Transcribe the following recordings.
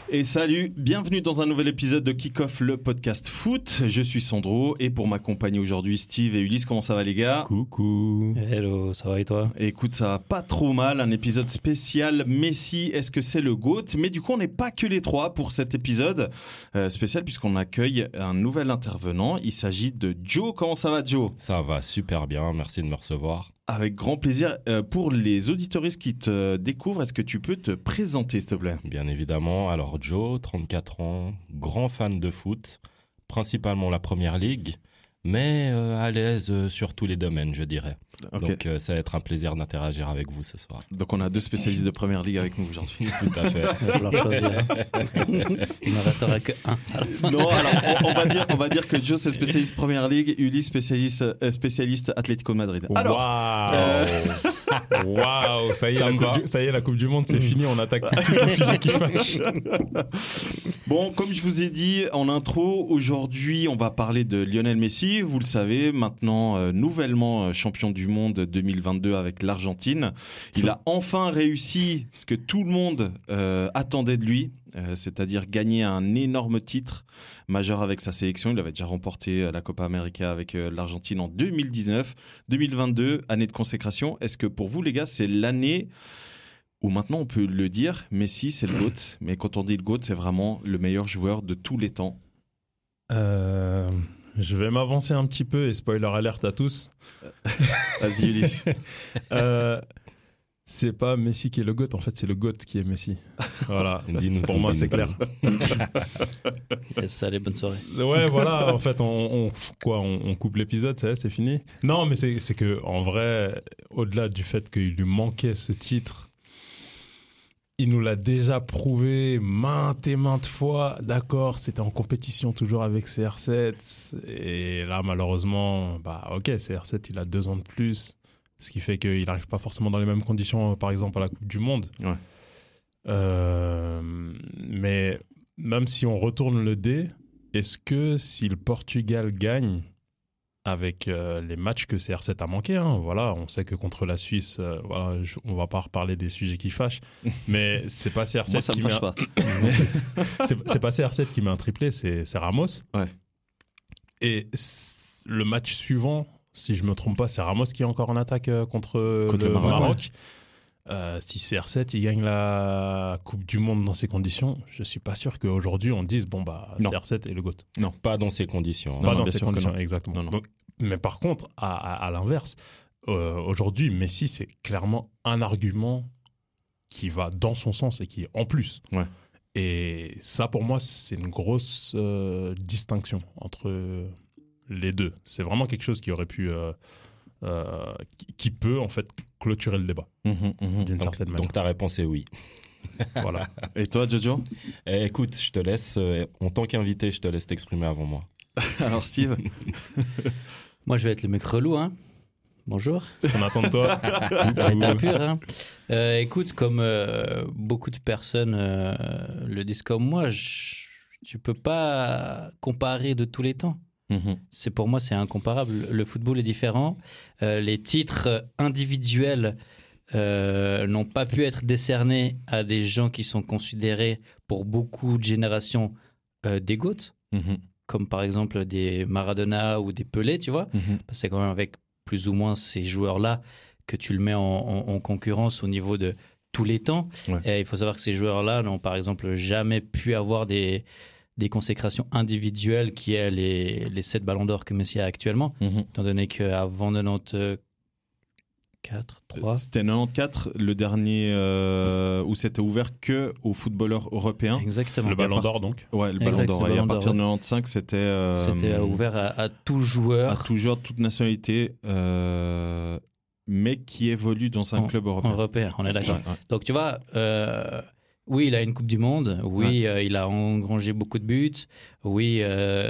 Et salut, bienvenue dans un nouvel épisode de Kick-Off, le podcast foot. Je suis Sandro et pour m'accompagner aujourd'hui, Steve et Ulysse. Comment ça va les gars ? Coucou. Hello, ça va et toi ? Écoute, ça va pas trop mal, un épisode spécial Messi, est-ce que c'est le GOAT ? Mais du coup, on n'est pas que les trois pour cet épisode spécial puisqu'on accueille un nouvel intervenant. Il s'agit de Joe. Comment ça va, Joe ? Ça va super bien, merci de me recevoir. Avec grand plaisir. Pour les auditoristes qui te découvrent, est-ce que tu peux te présenter, s'il te plaît ? Bien évidemment. Alors Joe, 34 ans, grand fan de foot, principalement la Première Ligue, mais à l'aise sur tous les domaines, je dirais. Okay. Donc ça va être un plaisir d'interagir avec vous ce soir. Donc on a deux spécialistes de Première Ligue avec nous aujourd'hui. Tout à fait. Il va falloir choisir. Il ne restera que un. Non, alors on va dire que Joe c'est spécialiste Première Ligue, Ulysse spécialiste Atlético de Madrid. Alors, waouh, ça y est, la Coupe du Monde c'est fini, on attaque tout de suite le sujet qui fâche. Bon, comme je vous ai dit en intro, aujourd'hui on va parler de Lionel Messi. Vous le savez, maintenant nouvellement champion du monde 2022 avec l'Argentine. Il a enfin réussi ce que tout le monde attendait de lui, c'est-à-dire gagner un énorme titre majeur avec sa sélection. Il avait déjà remporté la Copa América avec l'Argentine en 2019. 2022, année de consécration. Est-ce que pour vous les gars, c'est l'année où maintenant on peut le dire, Messi c'est le GOAT, mais quand on dit le GOAT, c'est vraiment le meilleur joueur de tous les temps? Je vais m'avancer un petit peu et spoiler alerte à tous. Vas-y Ulysse. C'est pas Messi qui est le GOAT, en fait c'est le GOAT qui est Messi. Voilà, pour moi c'est clair. Yes, allez, bonne soirée. Ouais, voilà, en fait on coupe l'épisode, c'est fini. Non, mais c'est que en vrai, au-delà du fait qu'il lui manquait ce titre, il nous l'a déjà prouvé maintes et maintes fois. D'accord, c'était en compétition toujours avec CR7. Et là, malheureusement, CR7, il a 2 ans de plus. Ce qui fait qu'il n'arrive pas forcément dans les mêmes conditions, par exemple, à la Coupe du Monde. Ouais. Mais même si on retourne le dé, est-ce que si le Portugal gagne avec les matchs que CR7 a manqué, voilà, on sait que contre la Suisse, on va pas reparler des sujets qui fâchent, mais c'est pas CR7 Moi, ça qui me fâche pas. c'est pas CR7 qui met un triplé, c'est Ramos. Ouais. Et le match suivant, si je me trompe pas, c'est Ramos qui est encore en attaque contre le Maroc. Ouais. Si CR7 il gagne la Coupe du Monde dans ces conditions, je suis pas sûr qu'aujourd'hui on dise CR7 est le GOAT. Non, pas dans ces conditions. Pas dans ces conditions, exactement. Non. Donc, mais par contre, à l'inverse, aujourd'hui, Messi, c'est clairement un argument qui va dans son sens et qui est en plus. Ouais. Et ça, pour moi, c'est une grosse distinction entre les deux. C'est vraiment quelque chose qui aurait pu... qui peut, en fait, clôturer le débat d'une certaine manière. Donc, ta réponse est oui. Voilà. Et toi, Jojo ? Écoute, je te laisse, en tant qu'invité, je te laisse t'exprimer avant moi. Alors, Steve ? Moi, je vais être le mec relou, hein. Bonjour. Ce qu'on attend de toi. État pur, hein. Écoute, comme beaucoup de personnes le disent comme moi, tu peux pas comparer de tous les temps. Pour moi, c'est incomparable. Le football est différent. Les titres individuels n'ont pas pu être décernés à des gens qui sont considérés pour beaucoup de générations des GOAT, comme par exemple des Maradona ou des Pelé, tu vois. Parce que c'est quand même avec plus ou moins ces joueurs-là que tu le mets en concurrence au niveau de tous les temps. Ouais. Et il faut savoir que ces joueurs-là n'ont par exemple jamais pu avoir des consécrations individuelles qui est les 7 ballons d'or que Messi a actuellement, étant donné qu'avant 94, 3... C'était 94, le dernier où c'était ouvert que aux footballeurs européens. Exactement. Le ballon d'or, donc. Ouais, le ballon d'or. Et à partir de 95, c'était... c'était ouvert à tout joueur. À tout joueur, de toute nationalité, mais qui évolue dans un club européen. Européen, on est d'accord. Ouais. Donc, tu vois... oui, il a une Coupe du Monde. Oui, il a engrangé beaucoup de buts. Oui,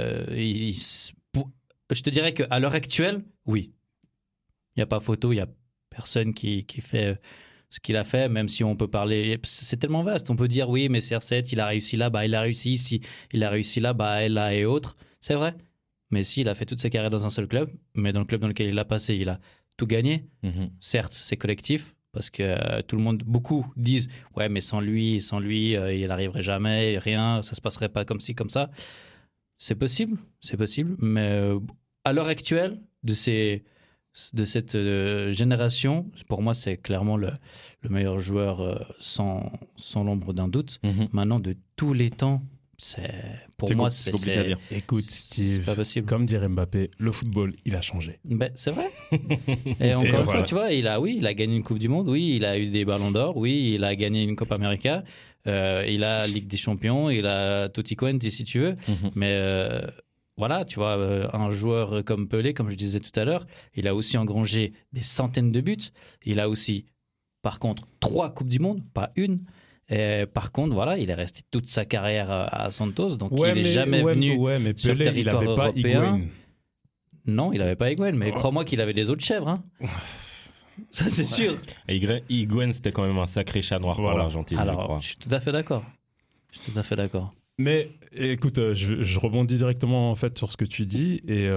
je te dirais qu'à l'heure actuelle, oui. Il n'y a pas photo, il n'y a personne qui fait ce qu'il a fait, même si on peut parler... C'est tellement vaste. On peut dire, oui, mais CR7, il a réussi là, il a réussi ici. Il a réussi là, là et autres. C'est vrai. Mais si, il a fait toute sa carrière dans un seul club. Mais dans le club dans lequel il a passé, il a tout gagné. Certes, c'est collectif. Parce que beaucoup disent ouais, mais sans lui, il n'arriverait jamais, rien, ça se passerait pas comme ci, comme ça. C'est possible, mais à l'heure actuelle de cette génération, pour moi, c'est clairement le meilleur joueur sans l'ombre d'un doute. Maintenant, de tous les temps, pour moi, c'est compliqué à dire. Écoute, Steve, pas possible. Comme dirait Mbappé, le football, il a changé. Ben, c'est vrai. Et encore une fois, tu vois, il a gagné une Coupe du Monde, oui, il a eu des ballons d'or, oui, il a gagné une Copa América, il a Ligue des Champions, il a Tutti Quanti si tu veux, mais voilà, tu vois, un joueur comme Pelé, comme je disais tout à l'heure, il a aussi engrangé des centaines de buts, il a aussi, par contre, 3 Coupes du Monde, pas une. Et par contre, voilà, il est resté toute sa carrière à Santos, donc il n'est jamais venu mais sur le Pelé, territoire il avait pas européen. Higuaín. Non, il n'avait pas Higuaín, mais crois-moi qu'il avait des autres chèvres. Hein. Ça, c'est sûr. Et Higuaín, c'était quand même un sacré chat noir pour l'Argentine, Alors, je crois. je suis tout à fait d'accord. Mais écoute, je rebondis directement en fait sur ce que tu dis et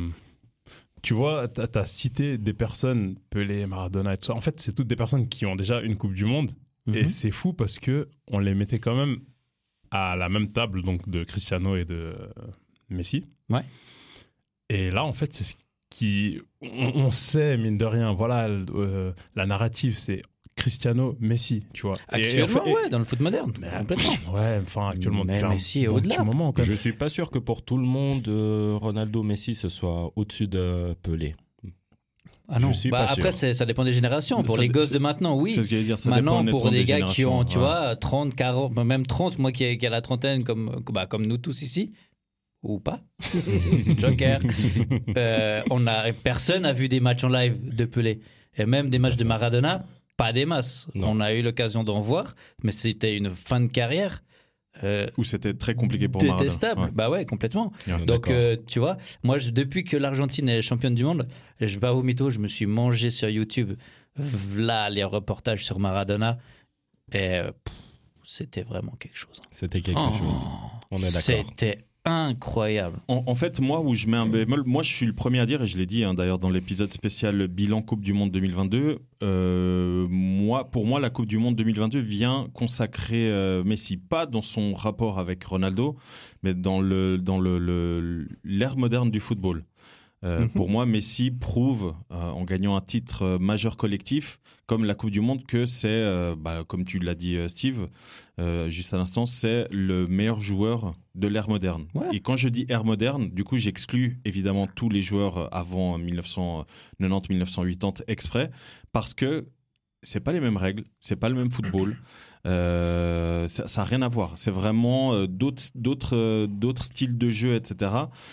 tu vois, t'as cité des personnes, Pelé, Maradona et tout ça. En fait, c'est toutes des personnes qui ont déjà une Coupe du Monde. Et c'est fou parce que on les mettait quand même à la même table, donc de Cristiano et de Messi. Ouais. Et là, en fait, c'est ce qui... On sait, mine de rien, voilà, la narrative, c'est Cristiano, Messi, tu vois. Actuellement, ouais, dans le foot moderne, complètement. Ouais, enfin, actuellement, mais depuis Messi est un au-delà. petit moment, quand même. Je suis pas sûr que pour tout le monde, Ronaldo, Messi, ce soit au-dessus de Pelé. Ah non, je suis pas après, sûr. ça dépend des générations. Pour les gosses de maintenant, oui. C'est ce que j'allais dire, ça maintenant, dépend pour des gars générations, qui ont, tu vois, 30, 40, même 30, moi qui ai la trentaine, comme nous tous ici, ou pas, Joker, personne n'a vu des matchs en live de Pelé. Et même des matchs de Maradona, pas des masses. Non. On a eu l'occasion d'en voir, mais c'était une fin de carrière. Où c'était très compliqué pour détestable. Maradona. Bah ouais, complètement. Ouais, Donc tu vois, moi depuis que l'Argentine est championne du monde, je vais pas au mytho, je me suis mangé sur YouTube là les reportages sur Maradona et c'était vraiment quelque chose. C'était quelque chose. On est d'accord. C'était incroyable. En fait, moi, où je mets un bémol, moi, je suis le premier à dire, et je l'ai dit d'ailleurs dans l'épisode spécial bilan Coupe du Monde 2022, pour moi, la Coupe du Monde 2022 vient consacrer Messi, pas dans son rapport avec Ronaldo, mais dans l'ère moderne du football. Pour moi, Messi prouve, en gagnant un titre majeur collectif, comme la Coupe du Monde, que c'est, comme tu l'as dit Steve, juste à l'instant, c'est le meilleur joueur de l'ère moderne. Ouais. Et quand je dis ère moderne, du coup, j'exclus évidemment tous les joueurs avant 1990-1980 exprès, parce que c'est pas les mêmes règles, c'est pas le même football. Ça n'a rien à voir. C'est vraiment d'autres styles de jeu, etc.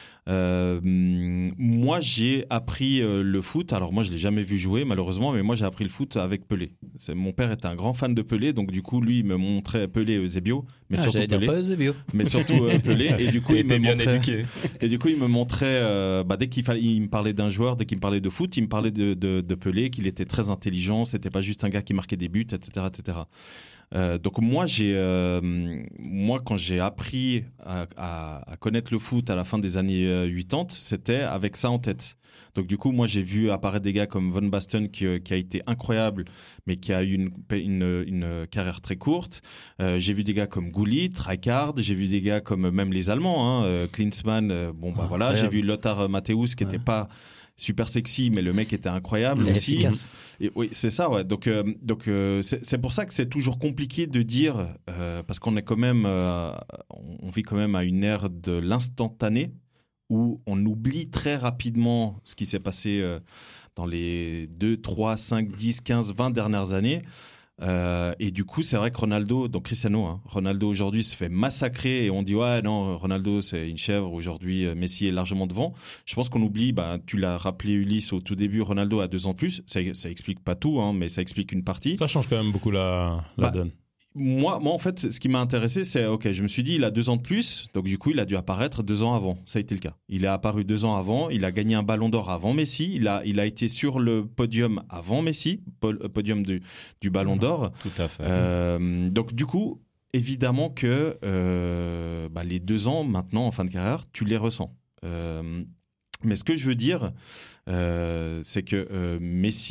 Moi, j'ai appris le foot. Alors moi, je l'ai jamais vu jouer, malheureusement, mais moi, j'ai appris le foot avec Pelé. Mon père était un grand fan de Pelé, donc du coup, lui, il me montrait Pelé et Eusebio, mais surtout j'allais dire Pelé. pas Eusebio. Mais surtout Pelé. Et du coup, il me bien montrait. éduqué. Et du coup, il me montrait, dès il me parlait d'un joueur, dès qu'il me parlait de foot, il me parlait de Pelé, qu'il était très intelligent, c'était pas juste un gars qui marquait des buts, etc., etc. Donc moi, quand j'ai appris à connaître le foot à la fin des années 80, c'était avec ça en tête. Donc du coup, moi, j'ai vu apparaître des gars comme Van Basten qui a été incroyable, mais qui a eu une carrière très courte. J'ai vu des gars comme Gullit, Rijkaard, j'ai vu des gars comme même les Allemands, Klinsmann. Voilà, j'ai vu Lothar Matthäus qui n'était pas super sexy, mais le mec était incroyable aussi. Efficace. Et oui, c'est ça, ouais. Donc c'est pour ça que c'est toujours compliqué de dire, parce qu'on est quand même, on vit quand même à une ère de l'instantané où on oublie très rapidement ce qui s'est passé dans les 2, 3, 5, 10, 15, 20 dernières années. Et du coup, c'est vrai que Ronaldo aujourd'hui se fait massacrer et on dit ouais non, Ronaldo c'est une chèvre, aujourd'hui Messi est largement devant. Je pense qu'on oublie, tu l'as rappelé Ulysse au tout début, Ronaldo a 2 ans de plus, ça explique pas tout, mais ça explique une partie. Ça change quand même beaucoup la donne. Moi, en fait, ce qui m'a intéressé, c'est, je me suis dit, il a 2 ans de plus, donc du coup, il a dû apparaître 2 ans avant. Ça a été le cas. Il est apparu 2 ans avant, il a gagné un ballon d'or avant Messi, il a été sur le podium avant Messi, podium du ballon d'or. Tout à fait. Donc du coup, évidemment que les 2 ans maintenant, en fin de carrière, tu les ressens. Mais ce que je veux dire, c'est que Messi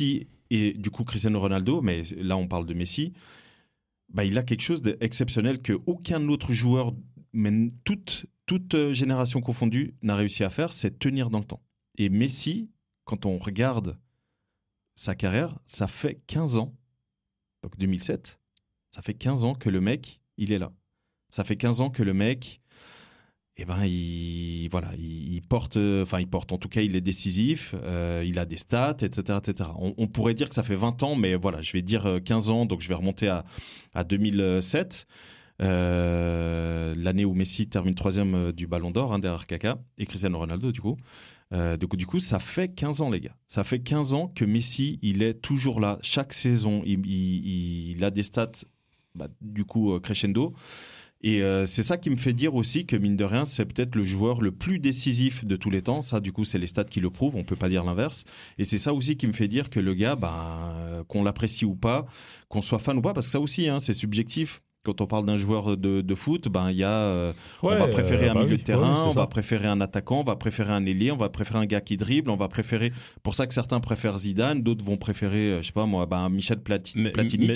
et du coup Cristiano Ronaldo, mais là on parle de Messi, il a quelque chose d'exceptionnel qu'aucun autre joueur, même toute génération confondue, n'a réussi à faire, c'est tenir dans le temps. Et Messi, quand on regarde sa carrière, ça fait 15 ans, donc 2007, ça fait 15 ans que le mec, il est là. Ça fait 15 ans que le mec, il porte, en tout cas, il est décisif, il a des stats, etc. etc. On pourrait dire que ça fait 20 ans, mais voilà, je vais dire 15 ans, donc je vais remonter à 2007, l'année où Messi termine 3e du Ballon d'Or, derrière Kaka, et Cristiano Ronaldo, du coup. Du coup, ça fait 15 ans, les gars. Ça fait 15 ans que Messi, il est toujours là. Chaque saison, il a des stats, du coup, crescendo. Et c'est ça qui me fait dire aussi que, mine de rien, c'est peut-être le joueur le plus décisif de tous les temps. Ça, du coup, c'est les stats qui le prouvent. On ne peut pas dire l'inverse. Et c'est ça aussi qui me fait dire que le gars, qu'on l'apprécie ou pas, qu'on soit fan ou pas, parce que ça aussi, c'est subjectif. Quand on parle d'un joueur de foot, on va préférer un milieu de terrain, on va préférer un attaquant, on va préférer un ailier, on va préférer un gars qui dribble, on va préférer... Pour ça que certains préfèrent Zidane, d'autres vont préférer, je sais pas moi, Michel Platini,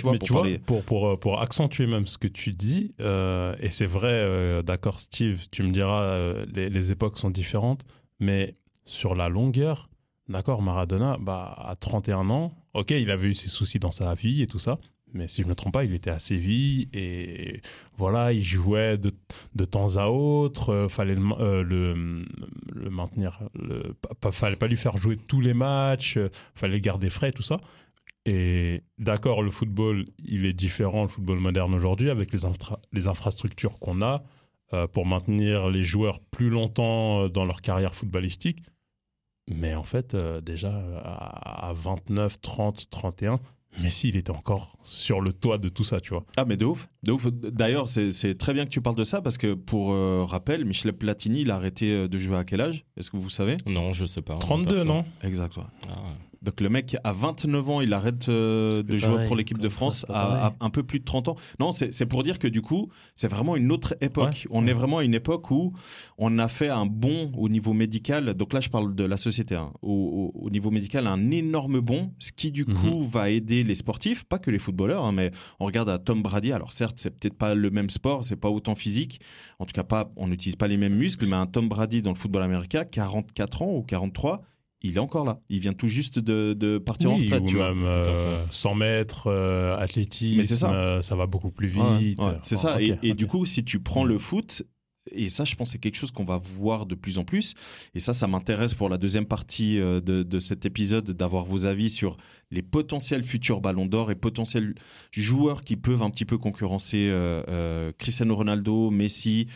pour accentuer même ce que tu dis, et c'est vrai, d'accord Steve, tu me diras, les époques sont différentes, mais sur la longueur, d'accord, Maradona, à 31 ans, ok, il avait eu ses soucis dans sa vie et tout ça, mais si je ne me trompe pas, il était à Séville et voilà, il jouait de temps à autre. Fallait le maintenir. Fallait pas lui faire jouer tous les matchs. Fallait le garder frais, tout ça. Et d'accord, le football, il est différent, le football moderne aujourd'hui, avec les infrastructures qu'on a pour maintenir les joueurs plus longtemps dans leur carrière footballistique. Mais en fait, déjà à 29, 30, 31... Messi, il était encore sur le toit de tout ça, tu vois. Ah, mais de ouf. D'ailleurs, c'est très bien que tu parles de ça parce que, pour rappel, Michel Platini, il a arrêté de jouer à quel âge ? Est-ce que vous savez ? Non, je sais pas. 32, non ? Exact, ouais. Donc le mec, à 29 ans, il arrête de jouer pour l'équipe de France à un peu plus de 30 ans. Non, c'est pour dire que du coup, c'est vraiment une autre époque. On est vraiment à une époque où on a fait un bond au niveau médical. Donc là, je parle de la société. Au niveau médical, un énorme bond, ce qui du coup va aider les sportifs, pas que les footballeurs, mais on regarde à Tom Brady. Alors certes, c'est peut-être pas le même sport, c'est pas autant physique. En tout cas, on n'utilise pas les mêmes muscles, mais un Tom Brady dans le football américain, 44 ans ou 43, il est encore là. Il vient tout juste de partir en retraite. Ou même 100 mètres, athlétisme, ça va beaucoup plus vite. C'est ça. Et du coup, si tu prends le foot, et ça, je pense que c'est quelque chose qu'on va voir de plus en plus. Et ça m'intéresse pour la deuxième partie de cet épisode, d'avoir vos avis sur les potentiels futurs ballons d'or et potentiels joueurs qui peuvent un petit peu concurrencer Cristiano Ronaldo, Messi,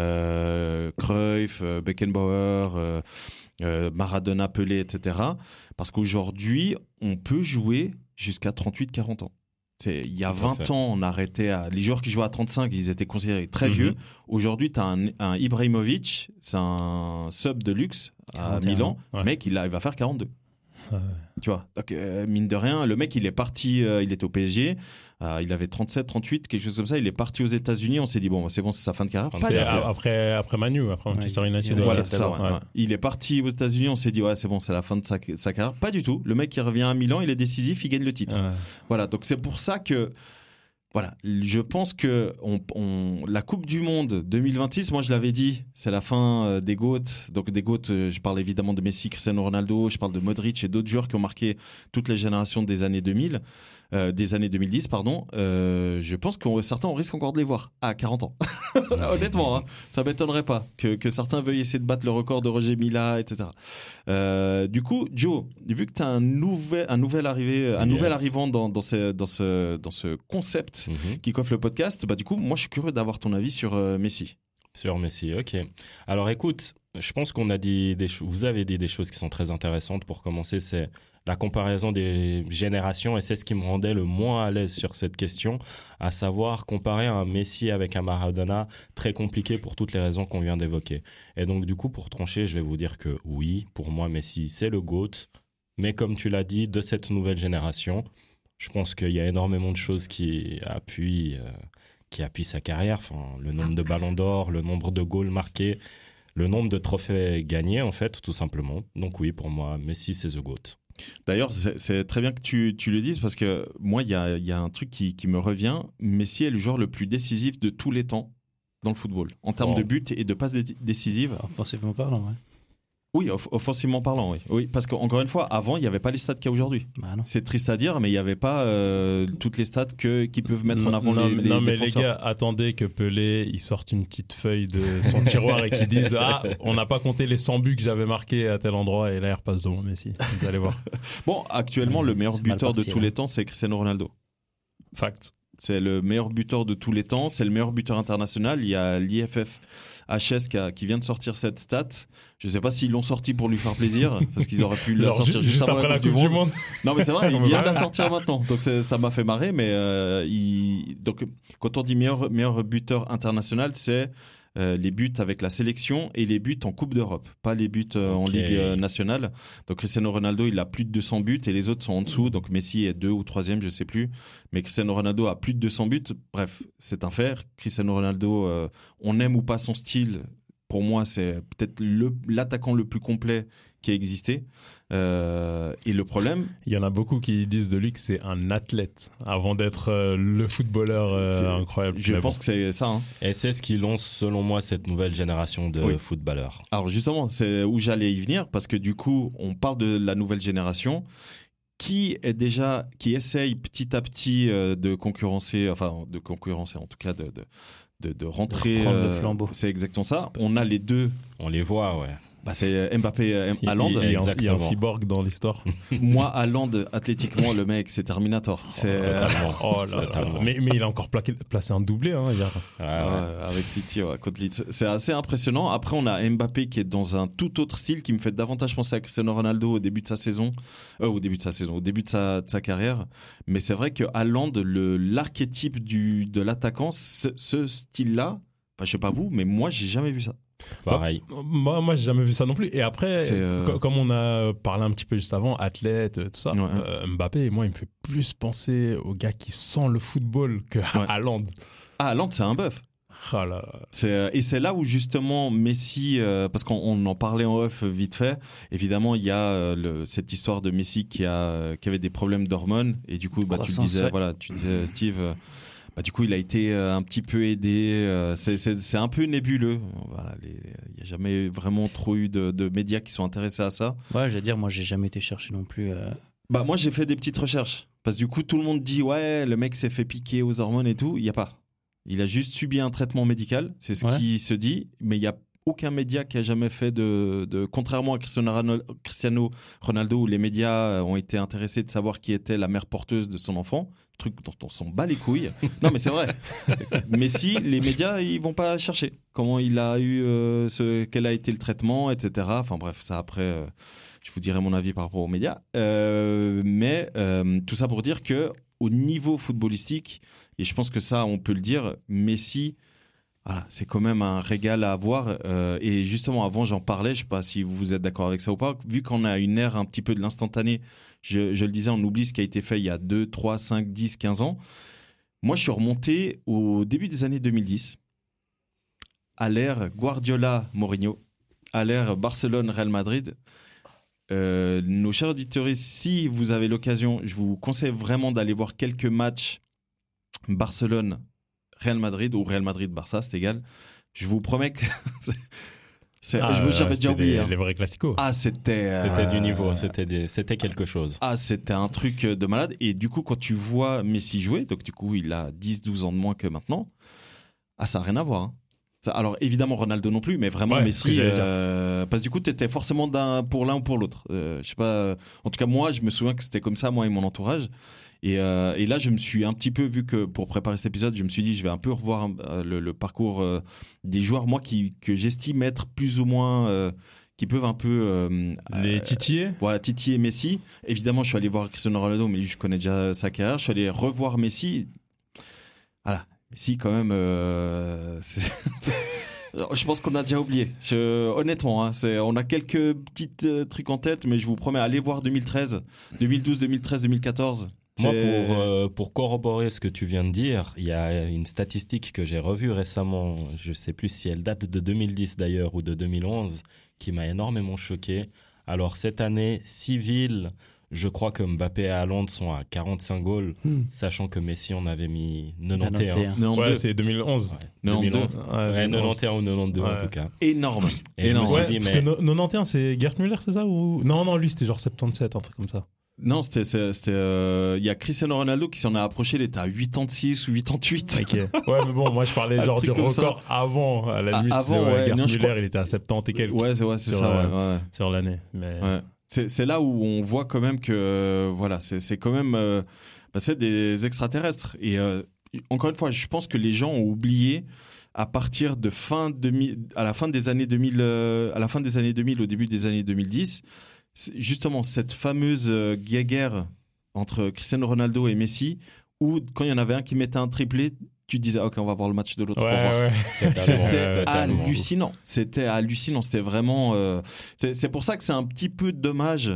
Cruyff, Beckenbauer... Maradona, Pelé, etc. Parce qu'aujourd'hui, on peut jouer jusqu'à 38-40 ans. Il y a 20 ans, on arrêtait les joueurs qui jouaient à 35, ils étaient considérés très vieux. Aujourd'hui, tu as un Ibrahimovic, c'est un sub de luxe à Milan. Le mec, il va faire 42. Tu vois, donc, mine de rien, le mec, il est parti, il était au PSG, il avait 37, 38, quelque chose comme ça, il est parti aux États-Unis, on s'est dit, bon, c'est sa fin de carrière. Après Manu, après Manchester United. Voilà, ça. Il est parti aux États-Unis, on s'est dit, c'est bon, c'est la fin de sa carrière. Pas du tout. Le mec, il revient à Milan, il est décisif, il gagne le titre. Voilà, donc c'est pour ça que. Voilà, je pense que la Coupe du Monde 2026, moi je l'avais dit, c'est la fin des GOAT. Donc des GOAT, je parle évidemment de Messi, Cristiano Ronaldo, je parle de Modric et d'autres joueurs qui ont marqué toutes les générations des années 2000, des années 2010, pardon. Je pense que certains, on risque encore de les voir à 40 ans. Honnêtement, ça m'étonnerait pas que certains veuillent essayer de battre le record de Roger Mila, etc. Du coup, Joe, vu que tu as un nouvel arrivant dans ce concept qui coiffe le podcast, du coup, moi, je suis curieux d'avoir ton avis sur Messi. Sur Messi, ok. Alors, écoute, je pense qu'on a dit vous avez dit des choses qui sont très intéressantes. Pour commencer, c'est la comparaison des générations, et c'est ce qui me rendait le moins à l'aise sur cette question, à savoir comparer un Messi avec un Maradona, très compliqué pour toutes les raisons qu'on vient d'évoquer. Et donc, du coup, pour trancher, je vais vous dire que oui, pour moi, Messi, c'est le GOAT, mais comme tu l'as dit, de cette nouvelle génération, je pense qu'il y a énormément de choses qui appuient sa carrière. Enfin, le nombre de ballons d'or, le nombre de goals marqués, le nombre de trophées gagnés, en fait, tout simplement. Donc oui, pour moi, Messi, c'est the GOAT. D'ailleurs, c'est très bien que tu le dises parce que moi, il y a un truc qui me revient. Messi est le joueur le plus décisif de tous les temps dans le football, en termes de buts et de passes décisives. Offensivement parlant, ouais. Oui, offensivement parlant, oui. Oui, parce qu'encore une fois, avant, il n'y avait pas les stats qu'il y a aujourd'hui. Bah c'est triste à dire, mais il n'y avait pas toutes les stats qui peuvent mettre en avant les Non, mais défenseurs. les gars, attendez que Pelé il sorte une petite feuille de son tiroir et qu'il dise on n'a pas compté les 100 buts que j'avais marqués à tel endroit et là il repasse devant Messi. Vous allez voir. Bon, actuellement, le meilleur buteur de tous les temps, c'est Cristiano Ronaldo. Fact. C'est le meilleur buteur de tous les temps. C'est le meilleur buteur international. Il y a l'IFFHS qui vient de sortir cette stat. Je ne sais pas s'ils l'ont sorti pour lui faire plaisir, parce qu'ils auraient pu la sortir juste après la Coupe du Monde. Non, mais c'est vrai, il vient de la sortir maintenant. Donc ça m'a fait marrer. Mais donc, quand on dit meilleur buteur international, c'est les buts avec la sélection et les buts en Coupe d'Europe, pas les buts en Ligue nationale. Donc Cristiano Ronaldo, il a plus de 200 buts et les autres sont en dessous. Donc Messi est 2 ou 3e, je ne sais plus. Mais Cristiano Ronaldo a plus de 200 buts. Bref, c'est un fait. Cristiano Ronaldo, on aime ou pas son style. Pour moi, c'est peut-être l'attaquant le plus complet qui a existé. Et le problème... Il y en a beaucoup qui disent de lui que c'est un athlète avant d'être le footballeur incroyable. Je pense que c'est ça. Hein. Et c'est ce qui lance, selon moi, cette nouvelle génération de footballeurs. Alors justement, c'est où j'allais y venir, parce que du coup, on parle de la nouvelle génération qui essaye petit à petit de concurrencer, en tout cas de rentrer. De prendre le flambeau. C'est exactement ça. On a les deux. On les voit, ouais. Bah c'est Mbappé, Haaland. Il y a un cyborg dans l'histoire. Moi, Haaland, athlétiquement, le mec, c'est Terminator. Totalement. Oh là là. Mais il a encore placé un doublé hier. Avec City, contre Leeds. C'est assez impressionnant. Après, on a Mbappé qui est dans un tout autre style qui me fait davantage penser à Cristiano Ronaldo au début de sa carrière. Mais c'est vrai que Haaland, l'archétype de l'attaquant, ce style-là, enfin, je sais pas vous, mais moi, j'ai jamais vu ça. Pareil. Moi, j'ai jamais vu ça non plus. Et après, comme on a parlé un petit peu juste avant, athlète, tout ça, Mbappé, moi, il me fait plus penser au gars qui sent le football que Haaland. Ah, Haaland, c'est un bœuf. Ah là. Et c'est là où justement Messi, parce qu'on en parlait en off vite fait, évidemment il y a cette histoire de Messi qui avait des problèmes d'hormones et du coup tu disais Steve, du coup il a été un petit peu aidé, c'est un peu nébuleux, voilà, il n'y a jamais vraiment trop eu de médias qui sont intéressés à ça. Ouais, j'allais dire, moi j'ai jamais été chercher non plus. Moi j'ai fait des petites recherches, parce que du coup tout le monde dit ouais le mec s'est fait piquer aux hormones et tout, il n'y a pas. Il a juste subi un traitement médical, c'est ce qui se dit, mais il n'y a aucun média qui a jamais fait contrairement à Cristiano Ronaldo, où les médias ont été intéressés de savoir qui était la mère porteuse de son enfant, truc dont on s'en bat les couilles. Non mais c'est vrai. Messi, les médias, ils vont pas chercher comment il a eu, quel a été le traitement, etc. Enfin bref, ça après, je vous dirai mon avis par rapport aux médias. Mais tout ça pour dire que au niveau footballistique, et je pense que ça, on peut le dire, Messi, voilà, c'est quand même un régal à avoir. Et justement, avant, j'en parlais, je ne sais pas si vous êtes d'accord avec ça ou pas, vu qu'on a une ère un petit peu de l'instantané, je le disais, on oublie ce qui a été fait il y a 2, 3, 5, 10, 15 ans. Moi, je suis remonté au début des années 2010, à l'ère Guardiola-Mourinho, à l'ère Barcelone-Real Madrid. Nos chers auditeurs, si vous avez l'occasion, je vous conseille vraiment d'aller voir quelques matchs Barcelone-Real Madrid ou Real Madrid-Barça, c'est égal. Je vous promets que j'avais déjà oublié. Les vrais classicos. C'était du niveau, c'était quelque chose. C'était un truc de malade. Et du coup, quand tu vois Messi jouer, donc du coup, il a 10-12 ans de moins que maintenant, ça n'a rien à voir. Hein. Alors évidemment Ronaldo non plus, mais vraiment Messi, parce que du coup tu étais forcément pour l'un ou pour l'autre. Je sais pas. En tout cas moi, je me souviens que c'était comme ça, moi et mon entourage. Et là, je me suis un petit peu, vu que pour préparer cet épisode, je me suis dit, je vais un peu revoir le parcours des joueurs, moi, que j'estime être plus ou moins, qui peuvent un peu... les titiller. Voilà, titiller Messi. Évidemment, je suis allé voir Cristiano Ronaldo, mais je connais déjà sa carrière. Je suis allé revoir Messi. Voilà, Messi, quand même... je pense qu'on a déjà oublié. Honnêtement, hein, on a quelques petits trucs en tête, mais je vous promets, allez voir 2013, 2012, 2013, 2014... Moi, pour corroborer ce que tu viens de dire, il y a une statistique que j'ai revue récemment, je ne sais plus si elle date de 2010 d'ailleurs ou de 2011, qui m'a énormément choqué. Alors cette année, 6 villes Je crois que Mbappé et Haaland sont à 45 goals, sachant que Messi, on avait mis 91. Ouais, c'est 2011. Ouais, 2011. Ouais, 91 ou 92 en tout cas. Énorme. Et je me suis dit, parce que 91, c'est Gerd Müller, c'est ça ou... Non, lui, c'était genre 77, un truc comme ça. Non, c'était il y a Cristiano Ronaldo qui s'en a approché, il était à 86 ou 88. Ok. Ouais, mais bon, moi je parlais genre du record avant, à la limite. Avant, ouais. Gerd Non, Müller, il était à 70 et quelques. Ouais, c'est ça, ouais. Sur l'année. Mais... Ouais. C'est là où on voit quand même que voilà, c'est quand même c'est des extraterrestres. Et encore une fois, je pense que les gens ont oublié à partir de à la fin des années 2000, au début des années 2010. Justement cette fameuse guéguerre entre Cristiano Ronaldo et Messi, où quand il y en avait un qui mettait un triplé, tu disais ok, on va voir le match de l'autre. C'était hallucinant. C'était hallucinant. C'était vraiment. C'est pour ça que c'est un petit peu dommage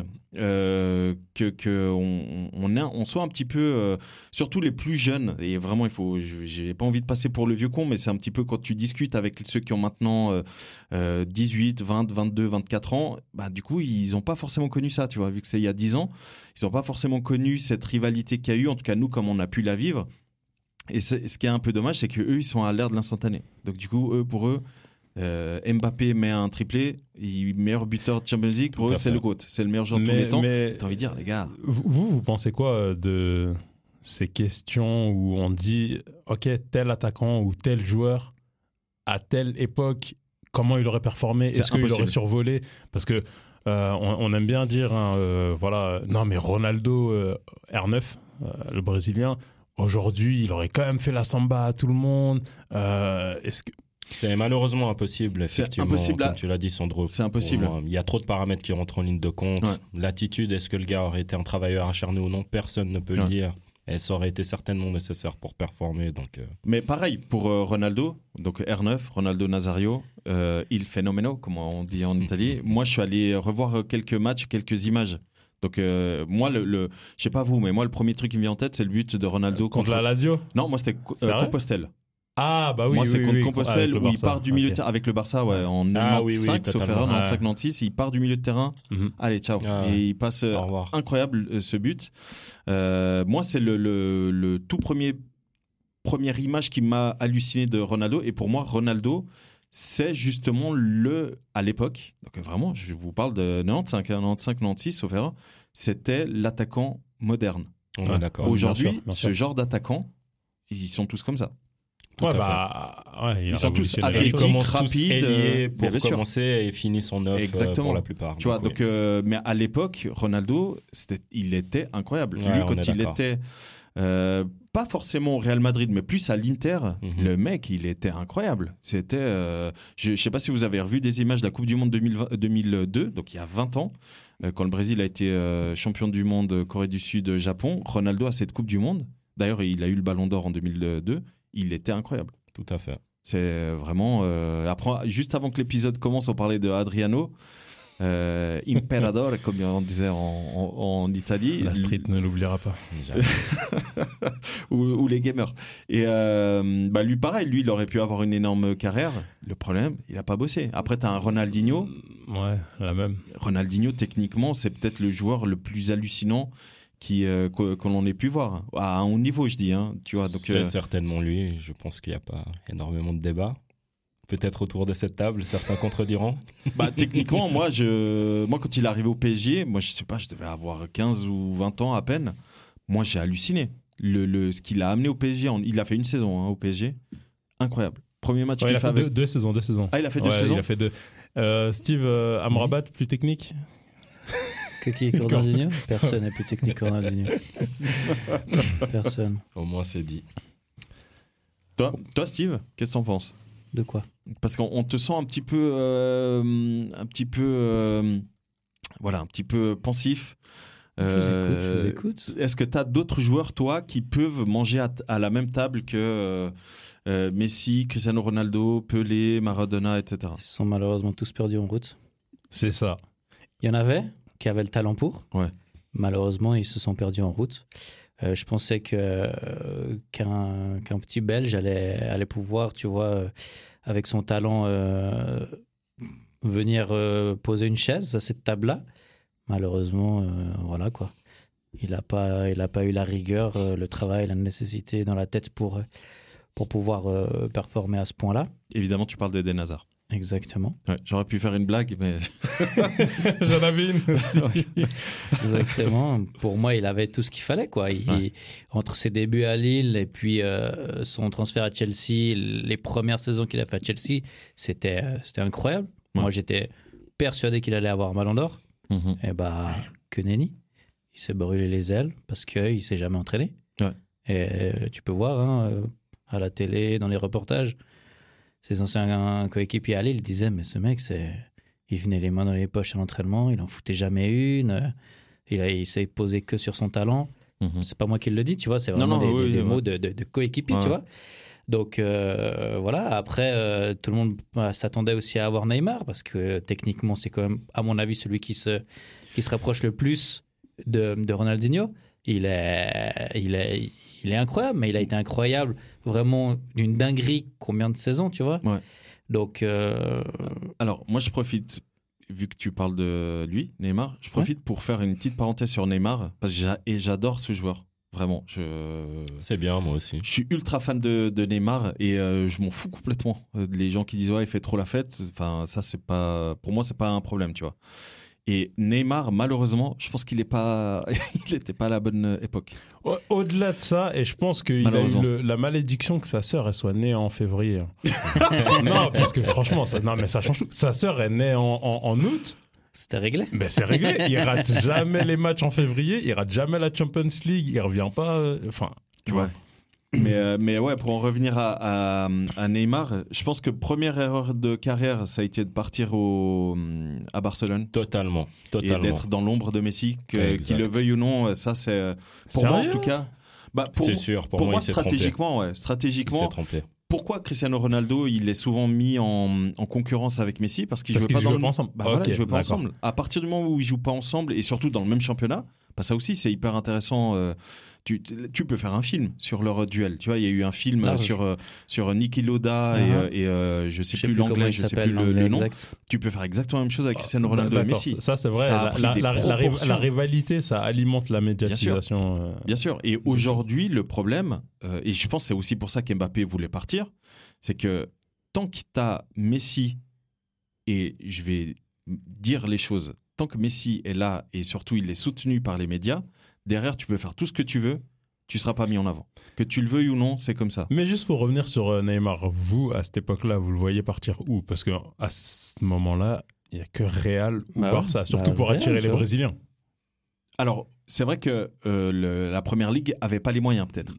que on soit un petit peu, surtout les plus jeunes. Et vraiment, j'ai pas envie de passer pour le vieux con, mais c'est un petit peu quand tu discutes avec ceux qui ont maintenant 18, 20, 22, 24 ans. Bah du coup, ils ont pas forcément connu ça. Tu vois, vu que c'est il y a 10 ans, ils ont pas forcément connu cette rivalité qu'il y a eu. En tout cas, nous, comme on a pu la vivre. Et ce qui est un peu dommage, c'est qu'eux, ils sont à l'ère de l'instantané. Donc, du coup, pour eux, Mbappé met un triplé, meilleur buteur de Champions League, pour eux, c'est le GOAT. C'est le meilleur joueur de tous les temps. T'as envie de dire, les gars. Vous pensez quoi de ces questions où on dit, OK, tel attaquant ou tel joueur, à telle époque, comment il aurait performé? Est-ce qu'il aurait survolé? Parce que on aime bien dire, voilà, non, mais Ronaldo, R9, le Brésilien, aujourd'hui, il aurait quand même fait la samba à tout le monde. Est-ce que... C'est malheureusement impossible, effectivement. C'est impossible, comme tu l'as dit, Sandro. C'est impossible. Il y a trop de paramètres qui rentrent en ligne de compte. Ouais. L'attitude, est-ce que le gars aurait été un travailleur acharné ou non? Personne ne peut le dire. Et ça aurait été certainement nécessaire pour performer. Donc, Mais pareil, pour Ronaldo, donc R9, Ronaldo Nazario, il fenomeno, comme on dit en Italie. Moi, je suis allé revoir quelques matchs, quelques images. Donc moi, je sais pas vous, mais moi, le premier truc qui me vient en tête, c'est le but de Ronaldo contre la Lazio. Non, moi, c'était Compostelle. Ah, bah oui, moi, c'est contre Compostelle, où il Barça, part du milieu de terrain, avec le Barça, ouais, en 95, sauf erreur, 95-96, il part du milieu de terrain. Allez, ciao. Et il passe incroyable, ce but. Moi, c'est le tout première image qui m'a halluciné de Ronaldo. Et pour moi, Ronaldo, c'est justement à l'époque, donc vraiment, je vous parle de 95-96, sauf erreur, c'était l'attaquant moderne. On est d'accord. Aujourd'hui, ce genre d'attaquants, ils sont tous comme ça. Ils sont tous athlétiques, rapides, pour commencer et finit son œuvre pour la plupart. Tu vois, donc, mais à l'époque, Ronaldo, il était incroyable. Lui, quand il était pas forcément au Real Madrid, mais plus à l'Inter, le mec, il était incroyable. C'était, je sais pas si vous avez revu des images de la Coupe du Monde 2002, donc il y a 20 ans, quand le Brésil a été champion du monde, Corée du Sud, Japon. Ronaldo a cette Coupe du Monde. D'ailleurs, il a eu le Ballon d'Or en 2002. Il était incroyable. Tout à fait. C'est vraiment... Après, juste avant que l'épisode commence, on parlait de Adriano, Imperador, comme on disait en Italie. La street ne l'oubliera pas. ou les gamers. Et lui, pareil, lui, il aurait pu avoir une énorme carrière. Le problème, il n'a pas bossé. Après, tu as un Ronaldinho. Ouais, la même. Ronaldinho, techniquement, c'est peut-être le joueur le plus hallucinant que l'on ait pu voir à un haut niveau, je dis, hein, tu vois. Donc c'est certainement lui. Je pense qu'il n'y a pas énormément de débats. Peut-être autour de cette table, certains contrediront. Techniquement, moi, quand il est arrivé au PSG, moi, je sais pas, je devais avoir 15 ou 20 ans à peine. Moi, j'ai halluciné. Ce qu'il a amené au PSG, il a fait une saison au PSG, incroyable. Premier match qu'il a fait deux saisons. Ah, il a fait 2 saisons. Il a fait 2. Steve Amrabat, plus technique. Qui Ronaldinho? Personne n'est plus technique que Ronaldinho. Personne. Au moins, c'est dit. Toi, Steve, qu'est-ce que t'en penses? De quoi? Parce qu'on te sent un petit peu pensif. Je vous écoute. Est-ce que tu as d'autres joueurs, toi, qui peuvent manger à la même table que Messi, Cristiano Ronaldo, Pelé, Maradona, etc. Ils se sont malheureusement tous perdus en route. C'est ça. Il y en avait qui avaient le talent pour. Ouais. Malheureusement, ils se sont perdus en route. Je pensais qu'un petit Belge allait pouvoir, tu vois, avec son talent, venir poser une chaise à cette table-là. Malheureusement, voilà quoi. Il n'a pas eu la rigueur, le travail, la nécessité dans la tête pour pouvoir performer à ce point-là. Évidemment, tu parles d'Eden Hazard. Exactement. Ouais, j'aurais pu faire une blague, mais... J'en avais une aussi. Exactement. Pour moi, il avait tout ce qu'il fallait, quoi. Entre ses débuts à Lille et puis son transfert à Chelsea, les premières saisons qu'il a fait à Chelsea, c'était incroyable. Ouais. Moi, j'étais persuadé qu'il allait avoir un ballon d'or. Et que nenni. Il s'est brûlé les ailes parce qu'il ne s'est jamais entraîné. Ouais. Et tu peux voir à la télé, dans les reportages, ses anciens coéquipiers à Lille, ils disaient, mais ce mec, il venait les mains dans les poches à l'entraînement, il n'en foutait jamais une, il s'est posé que sur son talent. C'est pas moi qui le dis, tu vois, c'est vraiment des mots de coéquipiers, tu vois. Donc voilà, après, tout le monde s'attendait aussi à avoir Neymar, parce que techniquement, c'est quand même, à mon avis, celui qui se rapproche le plus de Ronaldinho. Il est incroyable, mais il a été incroyable, vraiment d'une dinguerie, combien de saisons, tu vois. Ouais. Donc, alors, moi, je profite, vu que tu parles de lui, Neymar, je profite pour faire une petite parenthèse sur Neymar, parce que j'adore ce joueur. Vraiment. C'est bien, moi aussi. Je suis ultra fan de Neymar et je m'en fous complètement. Les gens qui disent, ouais, il fait trop la fête, enfin, ça, c'est pas... Pour moi, c'est pas un problème, tu vois. Et Neymar, malheureusement, je pense qu'il n'était pas à la bonne époque. Au-delà de ça, et je pense qu'il a eu la malédiction que sa sœur elle soit née en février. Non, parce que franchement, ça change tout. Sa sœur est née en août. C'était réglé. Ben c'est réglé. Il rate jamais les matchs en février. Il rate jamais la Champions League. Il revient pas. Enfin, tu vois. Mais ouais, pour en revenir à Neymar, je pense que première erreur de carrière, ça a été de partir à Barcelone. Totalement. Et d'être dans l'ombre de Messi, qu'il le veuille ou non, ça c'est... Pour moi, en tout cas... c'est sûr, pour moi, il s'est stratégiquement, stratégiquement, il s'est trompé. Pourquoi Cristiano Ronaldo, il est souvent mis en concurrence avec Messi? Parce qu'ils ne jouaient pas ensemble. Ils jouaient pas ensemble. À partir du moment où ils jouent pas ensemble, et surtout dans le même championnat, ça aussi, c'est hyper intéressant... Tu peux faire un film sur leur duel. Tu vois, il y a eu un film sur Niki Lauda et je sais plus l'anglais, je sais plus le nom. Tu peux faire exactement la même chose avec Cristiano Ronaldo et Messi. Ça, c'est vrai. La rivalité, ça alimente la médiatisation. Bien sûr. Et aujourd'hui, le problème, et je pense que c'est aussi pour ça qu'Mbappé voulait partir, c'est que tant que tu as Messi, et je vais dire les choses, tant que Messi est là et surtout il est soutenu par les médias, derrière, tu peux faire tout ce que tu veux, tu ne seras pas mis en avant. Que tu le veuilles ou non, c'est comme ça. Mais juste pour revenir sur Neymar, vous, à cette époque-là, vous le voyez partir où? Parce qu'à ce moment-là, il n'y a que Real ou Barça, surtout pour attirer les Brésiliens. Alors, c'est vrai que la Première Ligue n'avait pas les moyens, peut-être.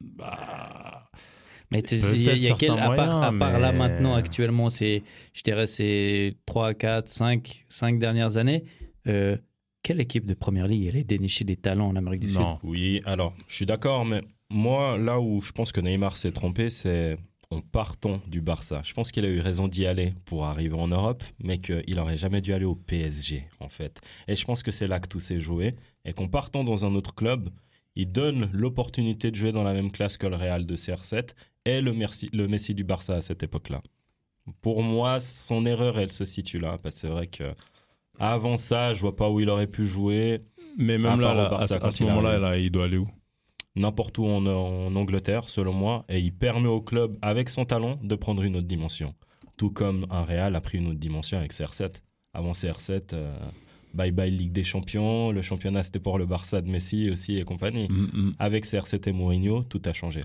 Mais il y a à part là, maintenant, actuellement, je dirais ces 3, 4, 5 dernières années... Quelle équipe de Première Ligue allait dénicher des talents en Amérique du Sud? Oui, alors, je suis d'accord, mais moi, là où je pense que Neymar s'est trompé, c'est en partant du Barça. Je pense qu'il a eu raison d'y aller pour arriver en Europe, mais qu'il n'aurait jamais dû aller au PSG, en fait. Et je pense que c'est là que tout s'est joué, et qu'en partant dans un autre club, il donne l'opportunité de jouer dans la même classe que le Real de CR7 et le Messi du Barça à cette époque-là. Pour moi, son erreur, elle se situe là, parce que c'est vrai que avant ça, je vois pas où il aurait pu jouer. Mais même là, à ce moment-là, il doit aller où? N'importe où en Angleterre, selon moi. Et il permet au club, avec son talent, de prendre une autre dimension. Tout comme un Real a pris une autre dimension avec CR7. Avant CR7, bye-bye Ligue des Champions. Le championnat, c'était pour le Barça de Messi aussi et compagnie. Avec CR7 et Mourinho, tout a changé.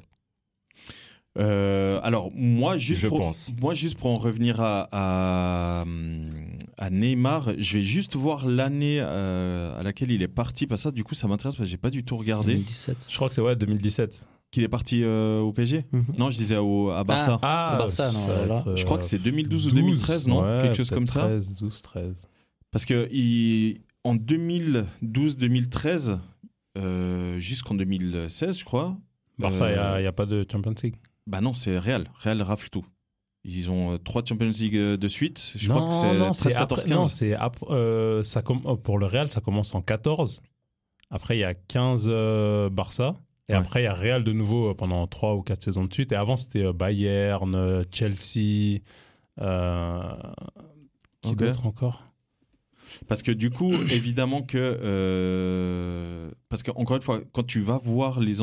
Alors moi juste pour en revenir à Neymar, je vais juste voir l'année à laquelle il est parti, parce que ça du coup ça m'intéresse parce que j'ai pas du tout regardé. 2017. Je crois que c'est 2017 qu'il est parti au PSG. Non, je disais à Barça. Au Barça, non. Je crois que c'est 2012 ou 2013, non, quelque chose comme ça. 13. Parce que en 2012-2013 jusqu'en 2016, je crois. Barça, il y a pas de Champions League. Bah non, c'est Real. Real rafle tout. Ils ont 3 Champions League de suite. Je crois que c'est 13, 14, 15. Non, pour le Real, ça commence en 14. Après, il y a 15 Barça. Et après, il y a Real de nouveau pendant 3 ou 4 saisons de suite. Et avant, c'était Bayern, Chelsea. Qui d'autre encore? Parce que du coup, évidemment que... parce qu'encore une fois, quand tu vas voir les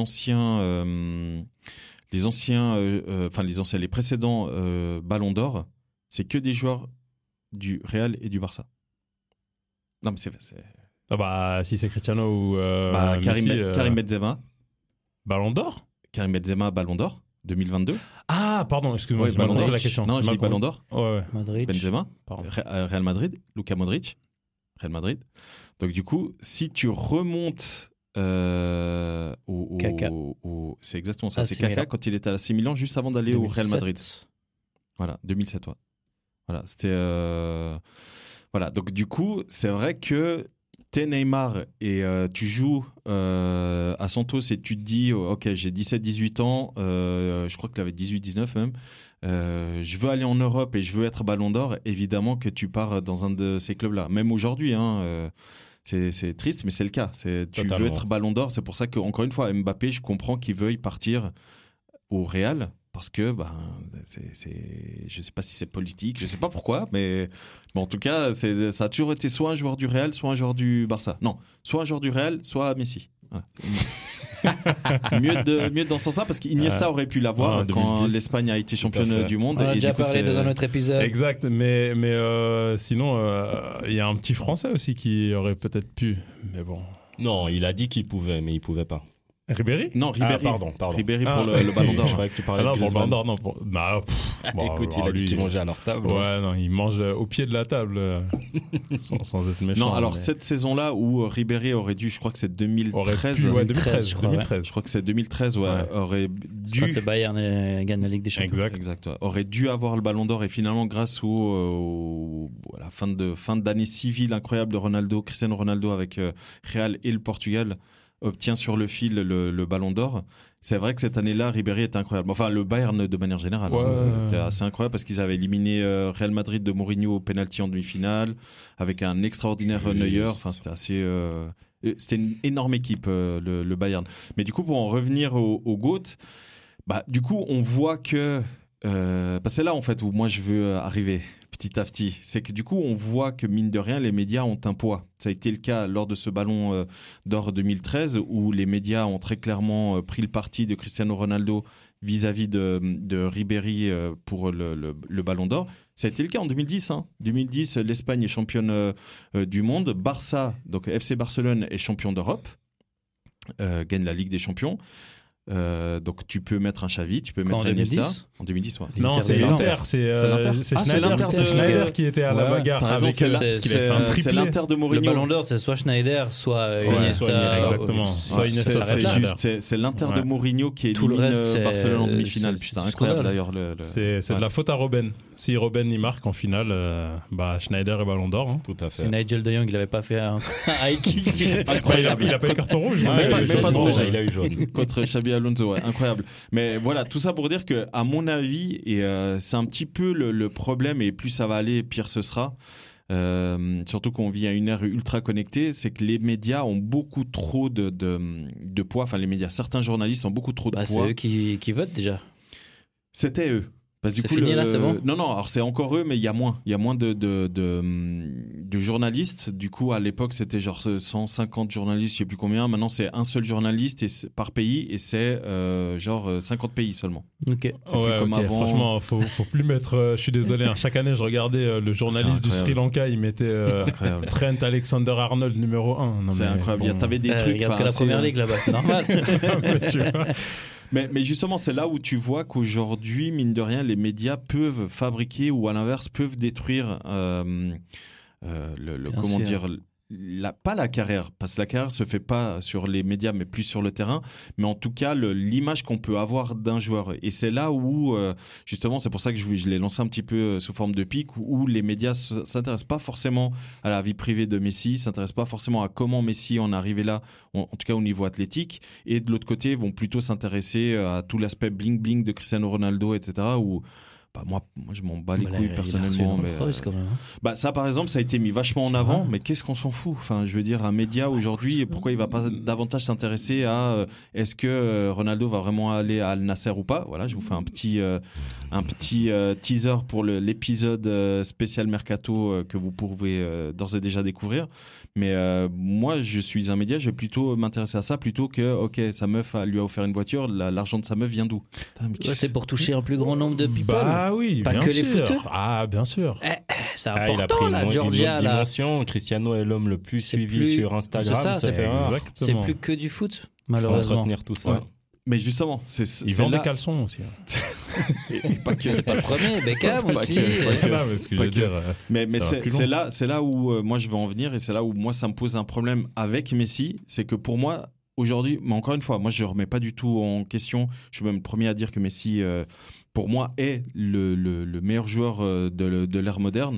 précédents Ballons d'Or, c'est que des joueurs du Real et du Barça. Non, mais c'est... Ah bah, si c'est Cristiano ou Karim, Messi, Karim Benzema. Ballon d'Or. Karim Benzema, Ballon d'Or 2022. Ah, pardon, excuse-moi, Ouais, j'ai mal Ballon compris d'Or. la question. Non, je dis Ballon d'Or. Ouais. Madrid. Benzema, Pardon. Real Madrid, Luka Modric, Real Madrid. Donc du coup, si tu remontes Kaka. c'est exactement ça, AC c'est Kaka Milan. quand il était à l'AC Milan juste avant d'aller au Real 2007. Madrid. Voilà, 2007, ouais. Voilà, c'était... Voilà, donc du coup, c'est vrai que t'es Neymar et tu joues à Santos et tu te dis, ok, j'ai 17-18 ans, je crois que tu avais 18-19 même, je veux aller en Europe et je veux être Ballon d'Or, évidemment que tu pars dans un de ces clubs-là. Même aujourd'hui, hein, c'est triste, mais c'est le cas. Tu Totalement. veux être Ballon d'Or, c'est pour ça qu'encore une fois, Mbappé, je comprends qu'il veuille partir au Real. Parce que je ne sais pas si c'est politique, je ne sais pas pourquoi, mais bon, en tout cas, ça a toujours été soit un joueur du Real, soit un joueur du Barça. Non, soit un joueur du Real, soit Messi. Voilà. mieux dans ce sens-là, parce qu'Iniesta aurait pu l'avoir en quand 2010. l'Espagne a été Tout à championne fait. du monde. On a et déjà du coup, parlé dans un autre épisode. Exact, mais sinon, il y a un petit Français aussi qui aurait peut-être pu, mais bon. Non, il a dit qu'il pouvait, mais il pouvait pas. Ribéry. Non, Ribéry. Ah, pardon. Ribéry pour Ah, le Ballon Je d'Or. croyais que tu Ah parlais non, de pour le Griezmann. Ballon d'Or, non. Bon, Écoute, il a alors dit lui, qu'il mangeait à leur table. Ouais, non, il mange au pied de la table, sans être méchant. Non, alors mais cette saison-là où Ribéry aurait dû, je crois que c'est aurait 2013. pu, ouais, 2013, je crois, 2013. Je crois que c'est 2013, ouais, Ouais. aurait Quand dû. le Bayern gagne la Ligue des Champions. Exact. Ouais. Aurait dû avoir le Ballon d'Or et finalement grâce à la fin d'année civile incroyable de Ronaldo, Cristiano Ronaldo avec Real et le Portugal obtient sur le fil le Ballon d'Or. C'est vrai que cette année-là, Ribéry était incroyable. Enfin, le Bayern de manière générale était assez incroyable parce qu'ils avaient éliminé Real Madrid de Mourinho au penalty en demi-finale avec un extraordinaire Neuer. Enfin, c'était assez. C'était une énorme équipe, le Bayern. Mais du coup, pour en revenir au GOAT, du coup, on voit que. C'est là, en fait, où moi je veux arriver petit à petit. C'est que du coup, on voit que, mine de rien, les médias ont un poids. Ça a été le cas lors de ce Ballon d'Or 2013, où les médias ont très clairement pris le parti de Cristiano Ronaldo vis-à-vis de Ribéry pour le Ballon d'Or. Ça a été le cas en 2010. 2010, l'Espagne est championne du monde. Barça, donc FC Barcelone, est champion d'Europe, gagne la Ligue des Champions. Donc tu peux mettre un Xavi, tu peux Quand, mettre en Iniesta. 2010 En 2010, ouais. Non, c'est l'Inter. C'est l'Inter. c'est Ah, c'est Schneider, l'Inter c'est de- Schneider qui était à la Ouais, bagarre T'as raison, avec c'est parce qu'il a fait un c'est triplé. l'Inter de Le Mourinho. Ballon d'Or, c'est soit Schneider, soit Ouais, Iniesta. soit Iniesta, exactement. Soit Ouais, Iniesta, c'est s'arrête là. juste, c'est l'Inter de Ouais. Mourinho qui Tout le élimine reste, c'est- Barcelone en demi-finale. c'est- Putain, c'est incroyable scandale. d'ailleurs. C'est ouais. de la faute à Robben. Si Robben y marque en finale, Schneider est Ballon d'Or. Hein. Tout à Si fait. Nigel de Jong, il n'avait pas fait un high kick. Incroyable. Il a pas eu carton rouge. Ouais, non, même pas- il même pas a eu drôle. jaune, il a eu jaune. Contre Xabi Alonso, ouais, incroyable. Mais voilà, tout ça pour dire que, à mon avis, et c'est un petit peu le problème, et plus ça va aller, pire ce sera. Surtout qu'on vit à une ère ultra connectée, c'est que les médias ont beaucoup trop de poids. Enfin, les médias, certains journalistes ont beaucoup trop de C'est poids. eux qui votent déjà. C'était eux. Parce que C'est fini, là, c'est bon Non, alors c'est encore eux, mais il y a moins. Il y a moins de journalistes. Du coup, à l'époque, c'était genre 150 journalistes, je sais plus combien. Maintenant, c'est un seul journaliste par pays et c'est genre 50 pays seulement. Ok. C'est plus comme avant. Franchement, faut plus mettre. Je suis désolé. Chaque année, je regardais le journaliste du Sri Lanka. Il mettait Incroyable. Trent Alexander-Arnold numéro 1. Non, C'est mais incroyable. bon. T'avais des trucs. Regarde enfin, que la assez, première ligue là-bas, c'est normal. Tu vois. Mais justement, c'est là où tu vois qu'aujourd'hui, mine de rien, les médias peuvent fabriquer ou à l'inverse peuvent détruire Bien comment sûr. dire, pas la carrière, parce que la carrière se fait pas sur les médias, mais plus sur le terrain. Mais en tout cas, l'image qu'on peut avoir d'un joueur. Et c'est là où, justement, c'est pour ça que je l'ai lancé un petit peu sous forme de pic, où les médias s'intéressent pas forcément à la vie privée de Messi, s'intéressent pas forcément à comment Messi en est arrivé là, en tout cas au niveau athlétique. Et de l'autre côté, vont plutôt s'intéresser à tout l'aspect bling-bling de Cristiano Ronaldo, etc., où moi je m'en bats les couilles personnellement. Mais, quand même. Ça, par exemple, ça a été mis vachement en avant, mais qu'est-ce qu'on s'en fout? Enfin, je veux dire, un média aujourd'hui, pourquoi il va pas davantage s'intéresser à est-ce que Ronaldo va vraiment aller à Al Nasser ou pas? Voilà, je vous fais un petit teaser pour l'épisode spécial Mercato que vous pouvez d'ores et déjà découvrir. Mais moi, je suis un média, je vais plutôt m'intéresser à ça plutôt que, ok, sa meuf lui a offert une voiture, l'argent de sa meuf vient d'où? C'est pour toucher un plus grand nombre de people. Ah oui, pas bien que sûr. les footeux. Ah, bien sûr. C'est il a important, pris là, une Georgia. autre dimension. Cristiano est l'homme le plus suivi plus... sur Instagram. C'est ça, ça fait rare. C'est plus que du foot, Il faut malheureusement. entretenir tout ça. Ouais. Mais justement, Ils vendent des caleçons aussi. et pas que. C'est pas le premier, Beckham aussi. Mais c'est là où moi je veux en venir, et c'est là où moi ça me pose un problème avec Messi, c'est que pour moi aujourd'hui, mais encore une fois, moi je remets pas du tout en question, je suis même le premier à dire que Messi pour moi est le meilleur joueur de l'ère moderne,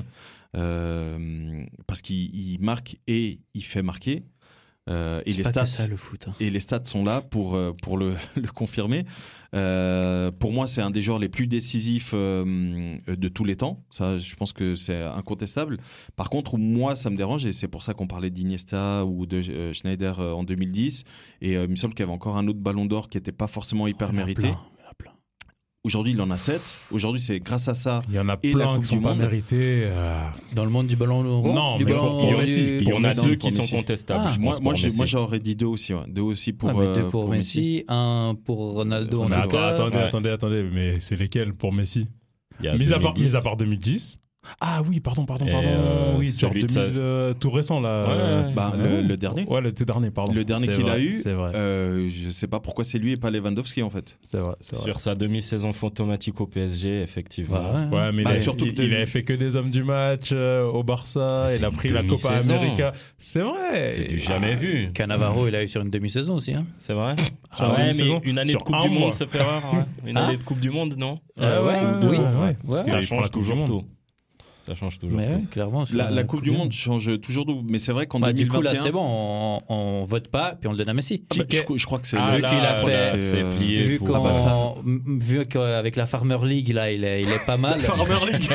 parce qu'il marque et il fait marquer. Et les stats, ça, le foot, hein. Et les stats sont là pour le confirmer. Pour moi, c'est un des joueurs les plus décisifs de tous les temps. Ça, je pense que c'est incontestable. Par contre, moi, ça me dérange, et c'est pour ça qu'on parlait d'Iniesta ou de Schneider en 2010. Et il me semble qu'il y avait encore un autre Ballon d'Or qui n'était pas forcément hyper mérité. Aujourd'hui, il en a 7. Aujourd'hui, c'est grâce à ça. Il y en a et plein qui ne sont pas mérités. Dans le monde du ballon d'or. Non, mais pour Messi. Il y en a 2 qui sont contestables. Moi, j'aurais dit 2 aussi. Ouais. 2 aussi pour, 2 pour Messi, 1 pour Ronaldo. Attendez, mais c'est lesquels pour Messi? Mis à part 2010. Ah oui, pardon. Oui, sur 2000, tout récent là. Le dernier. Ouais, le tout dernier, pardon. Le dernier qu'il a eu. C'est vrai. Je sais pas pourquoi c'est lui et pas Lewandowski en fait. C'est vrai. Sur sa demi-saison fantomatique au PSG, effectivement. Ouais, mais il avait fait que des hommes du match au Barça. Il a pris la Copa América. C'est vrai. C'est du jamais vu. Cannavaro, il a eu sur une demi-saison aussi. Hein. C'est vrai. Mais une année de Coupe du Monde, ça fait rare. Une année de Coupe du Monde, non? Oui. Ça change toujours tout. Ça change toujours. Mais tout. clairement, la Coupe du Monde change toujours tout. Mais c'est vrai qu'en 2021... Du coup, là, c'est bon. On vote pas, puis on le donne à Messi. Je crois que c'est... Vu qu'il a fait... C'est plié. Vu qu'avec la Farmer League, là, il est pas mal. Farmer League.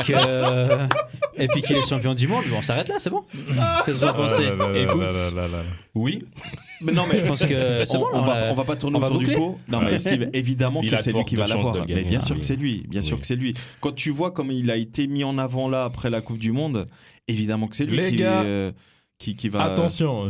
Et puis qu'il est champion du monde, on s'arrête là, c'est bon. Qu'est-ce que vous en pensez? Écoute, oui. Mais non, mais je pense que c'est bon. On va pas tourner autour du pot. Non, mais Steve, évidemment que c'est lui qui va l'avoir. Mais bien sûr que c'est lui. Bien sûr que c'est lui. Quand tu vois comme il a été mis en avant là après la Coupe du Monde, évidemment que c'est lui qui va. Attention,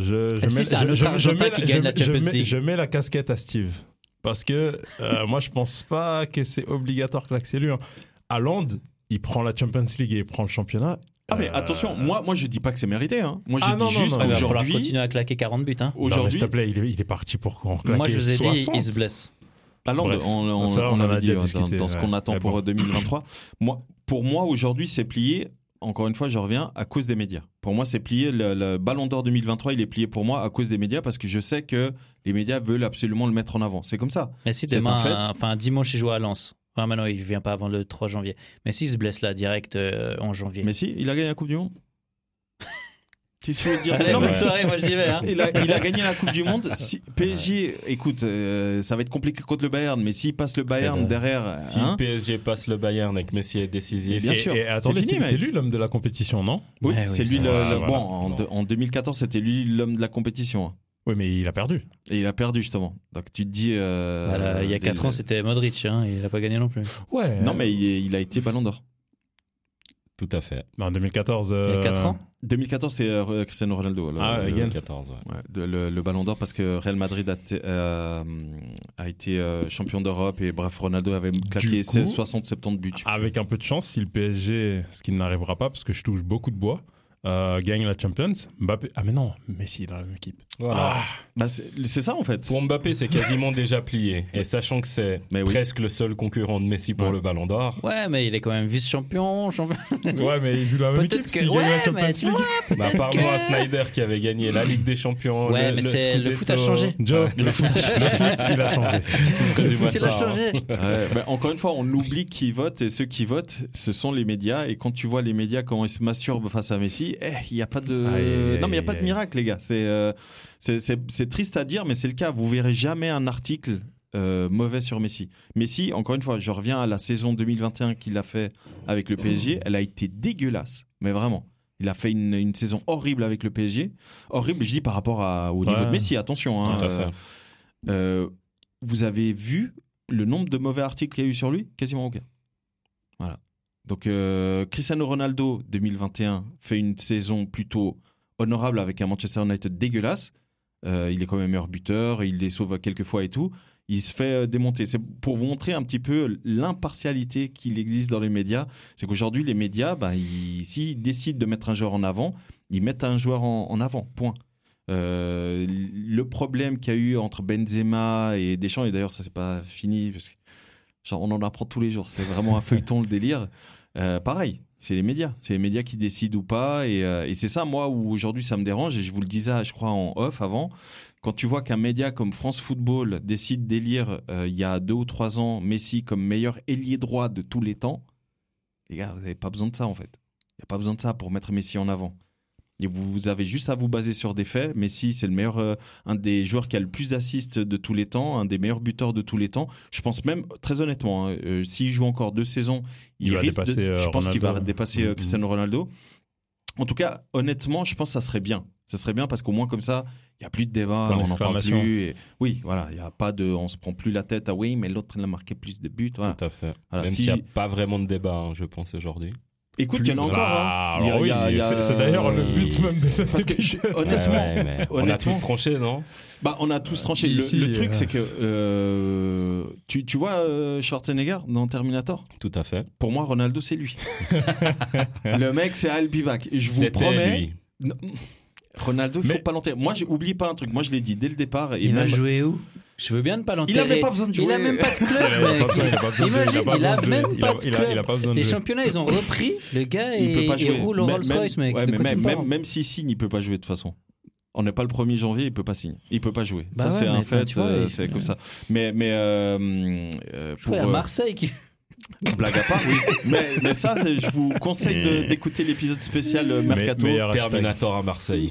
je mets la casquette à Steve. Parce que moi, je pense pas que c'est obligatoire que l'accès lui. Haaland, il prend la Champions League et il prend le championnat. Ah mais attention, moi je dis pas que c'est mérité. Hein. Moi je dis juste qu'aujourd'hui, il va falloir qu'aujourd'hui, continuer à claquer 40 buts. Hein. Aujourd'hui, s'il te plaît, il est parti pour en claquer 60. Moi je vous ai dit, il se blesse. Alors on avait dit dans ce qu'on attend pour 2023. Pour moi aujourd'hui c'est plié. Encore une fois, je reviens à cause des médias. Pour moi, c'est plié. Le Ballon d'Or 2023, il est plié pour moi à cause des médias parce que je sais que les médias veulent absolument le mettre en avant. C'est comme ça. Mais si demain, dimanche, il joue à Lens. Ah, mais non, il ne vient pas avant le 3 janvier. Mais s'il se blesse là, direct en janvier. Mais si, il a gagné la Coupe du Monde. Qu'est-ce que tu veux dire? Allez, bonne soirée, moi je dis hein. Il a gagné la Coupe du Monde. PSG, écoute, ça va être compliqué contre le Bayern, mais s'il passe le Bayern derrière... Si le PSG passe le Bayern et que Messi est décisif... Bien sûr. Et attendez, c'est lui l'homme de la compétition, non? Oui, c'est lui en 2014, c'était lui l'homme de la compétition. Oui, mais il a perdu. Et il a perdu, justement. Donc tu te dis... il y a 4 ans, c'était Modric. Hein, il n'a pas gagné non plus. Ouais. Non, mais il a été Ballon d'Or. Tout à fait. Mais en 2014... Il y a 4 ans 2014, c'est Cristiano Ronaldo. Again. 2014, le Ballon d'Or, parce que Real Madrid a été champion d'Europe et bref, Ronaldo avait claqué 60-70 buts. Avec un peu de chance, si le PSG, ce qui n'arrivera pas, parce que je touche beaucoup de bois, gagne la Champions, Mbappé... Ah mais non, Messi est dans la même équipe. Voilà. C'est ça en fait. Pour Mbappé, c'est quasiment déjà plié. Et sachant que c'est presque le seul concurrent de Messi pour le Ballon d'Or. Ouais, mais il est quand même vice-champion. Ouais, mais il joue dans la même équipe s'il gagne la Champions League. Parle-moi à Snyder qui avait gagné la Ligue des Champions. Ouais, mais le foot a changé. Joe, le foot, il a changé. Il a changé. Encore une fois, on oublie qui vote, et ceux qui votent, ce sont les médias. Et quand tu vois les médias comment ils se masturbent face à Messi, il n'y a pas de... Non, mais il n'y a pas de miracle, les gars. C'est triste à dire, mais c'est le cas. Vous verrez jamais un article mauvais sur Messi. Messi, encore une fois, je reviens à la saison 2021 qu'il a fait avec le PSG, elle a été dégueulasse, mais vraiment. Il a fait une saison horrible avec le PSG. Horrible, je dis par rapport au niveau de Messi, attention. Hein, tout à fait. Vous avez vu le nombre de mauvais articles qu'il y a eu sur lui ? Quasiment aucun. Voilà. Donc Cristiano Ronaldo 2021 fait une saison plutôt honorable avec un Manchester United dégueulasse. Il est quand même meilleur buteur, il les sauve quelques fois et tout. Il se fait démonter. C'est pour vous montrer un petit peu l'impartialité qu'il existe dans les médias. C'est qu'aujourd'hui, les médias, s'ils décident de mettre un joueur en avant, ils mettent un joueur en avant. Point. Le problème qu'il y a eu entre Benzema et Deschamps, et d'ailleurs, ça, c'est pas fini, parce que on en apprend tous les jours. C'est vraiment un feuilleton, le délire. Pareil, c'est les médias. C'est les médias qui décident ou pas. Et c'est ça, moi, où aujourd'hui, ça me dérange. Et je vous le disais, je crois, en off avant. Quand tu vois qu'un média comme France Football décide d'élire, il y a 2 ou 3 ans, Messi comme meilleur ailier droit de tous les temps, les gars, vous n'avez pas besoin de ça, en fait. Il n'y a pas besoin de ça pour mettre Messi en avant. Et vous avez juste à vous baser sur des faits. Messi, c'est le meilleur, un des joueurs qui a le plus d'assists de tous les temps, un des meilleurs buteurs de tous les temps. Je pense même, très honnêtement, s'il joue encore 2 saisons, je pense qu'il va dépasser Cristiano Ronaldo. En tout cas, honnêtement, je pense que ça serait bien. Ça serait bien parce qu'au moins comme ça, il n'y a plus de débat, on n'en parle plus. Et... Oui, voilà, il y a pas de, on se prend plus la tête à oui, mais l'autre il a marqué plus de buts. Voilà. Tout à fait. Voilà, même s'il n'y a pas vraiment de débat, je pense aujourd'hui. Écoute, il y en a encore. C'est d'ailleurs le but même de cette émission. Honnêtement, on a tous tranché, non ? On a tous tranché. Le truc, c'est que tu vois Schwarzenegger dans Terminator ? Tout à fait. Pour moi, Ronaldo, c'est lui. Le mec, c'est I'll be back. Et je vous promets. Lui. Ronaldo, il ne faut pas l'enterrer. Moi, n'oublie pas un truc. Moi, je l'ai dit dès le départ. Il va jouer où ? Je veux bien ne pas l'enterrer. Il n'avait pas besoin de jouer. Il n'a même pas de club. Imagine, il n'a même pas de club. Il a pas besoin de les championnats, ils ont repris. Le gars, il roule au Rolls-Royce, mec. Même s'il signe, il ne peut pas jouer de toute façon. On n'est pas le 1er janvier, il peut pas signer. Il peut pas jouer. Ça, c'est un fait. C'est comme ça. Mais pour à Marseille qui... Blague à part, oui. Mais ça, je vous conseille d'écouter l'épisode spécial Mercato. Terminator à Marseille.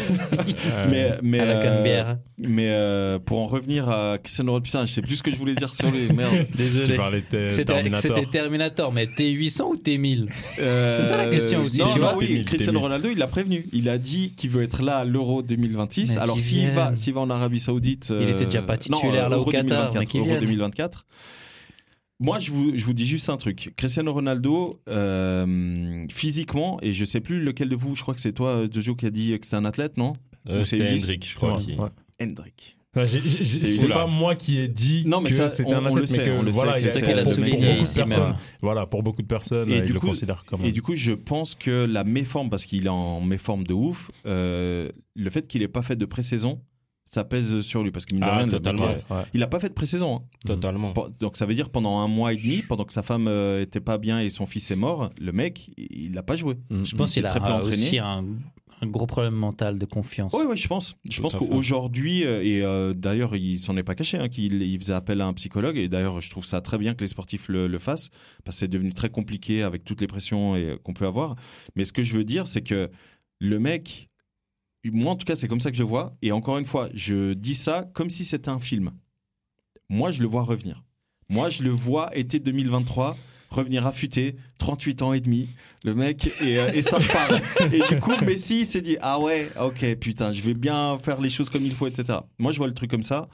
mais à la Canebière. Mais pour en revenir à Cristiano Ronaldo, putain, je sais plus ce que je voulais dire sur lui. Merde. Désolé. C'était Terminator, mais T800 ou T1000 c'est ça la question aussi. Oui, Cristiano Ronaldo, il l'a prévenu. Il a dit qu'il veut être là à l'Euro 2026. Alors s'il va en Arabie Saoudite, il était déjà pas titulaire là au Qatar, Euro 2024. Moi, je vous dis juste un truc. Cristiano Ronaldo, physiquement, et je sais plus lequel de vous, je crois que c'est toi, Jojo, qui a dit que c'était un athlète, non ? C'était Hendrik, je crois. Hendrik. C'est pas moi qui ai dit que c'était un athlète, mais que voilà, qu'elle a souligné ici même. Voilà, pour beaucoup de personnes, ils le considèrent comme. Et du coup, je pense que la méforme, parce qu'il est en méforme de ouf, le fait qu'il ait pas fait de pré-saison, ça pèse sur lui parce que mine de rien, il n'a pas fait de pré-saison. Hein. Totalement. Donc ça veut dire pendant 1 mois et demi, pendant que sa femme était pas bien et son fils est mort, le mec, il n'a pas joué. Je pense qu'il a aussi un gros problème mental de confiance. Oui, je pense. Je pense qu'aujourd'hui, et d'ailleurs, il s'en est pas caché, hein, qu'il faisait appel à un psychologue. Et d'ailleurs, je trouve ça très bien que les sportifs le fassent parce que c'est devenu très compliqué avec toutes les pressions qu'on peut avoir. Mais ce que je veux dire, c'est que le mec... Moi, en tout cas, c'est comme ça que je vois. Et encore une fois, je dis ça comme si c'était un film. Moi, je le vois revenir. Moi, je le vois été 2023 revenir affûté, 38 ans et demi, le mec, et ça part. Et du coup, Messi il s'est dit, ah ouais, ok, putain, je vais bien faire les choses comme il faut, etc. Moi, je vois le truc comme ça.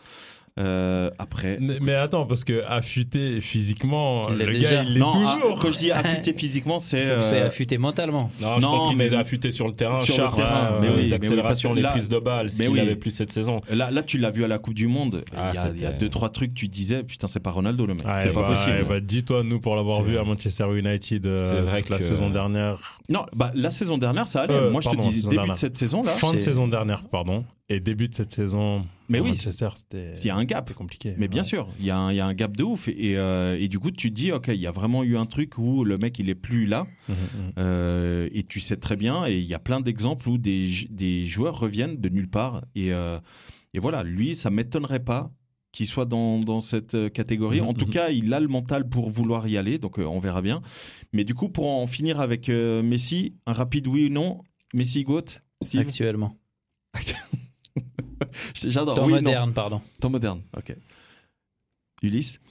Après. Mais attends, parce que affûté physiquement, le gars, il l'est toujours. Quand je dis affûté physiquement, c'est affûté mentalement. Non, je pense qu'il disait affûté sur le terrain. Sur le terrain, les accélérations, les prises de balles, ce qu'il n'avait plus cette saison. Là, tu l'as vu à la Coupe du Monde. Il y a 2-3 trucs, tu disais, putain, c'est pas Ronaldo le mec. C'est pas possible. Dis-toi, nous, pour l'avoir vu à Manchester United la saison dernière. Non, la saison dernière, ça allait. Moi, je te dis, début de cette saison là. Fin de saison dernière, pardon. Et début de cette saison. Mais oui, Manchester, c'était. Il y a un gap. C'était compliqué. Mais bien sûr, il y a un gap de ouf. Et du coup, tu te dis, ok, il y a vraiment eu un truc où le mec, il est plus là. Et tu sais très bien. Et il y a plein d'exemples où des joueurs reviennent de nulle part. Et voilà, lui, ça m'étonnerait pas qu'il soit dans cette catégorie. En tout cas, il a le mental pour vouloir y aller. Donc, on verra bien. Mais du coup, pour en finir avec Messi, un rapide oui ou non. Messi GOAT, Steve ? Actuellement. J'adore. Temps moderne, pardon. Temps moderne, ok. Ulysse?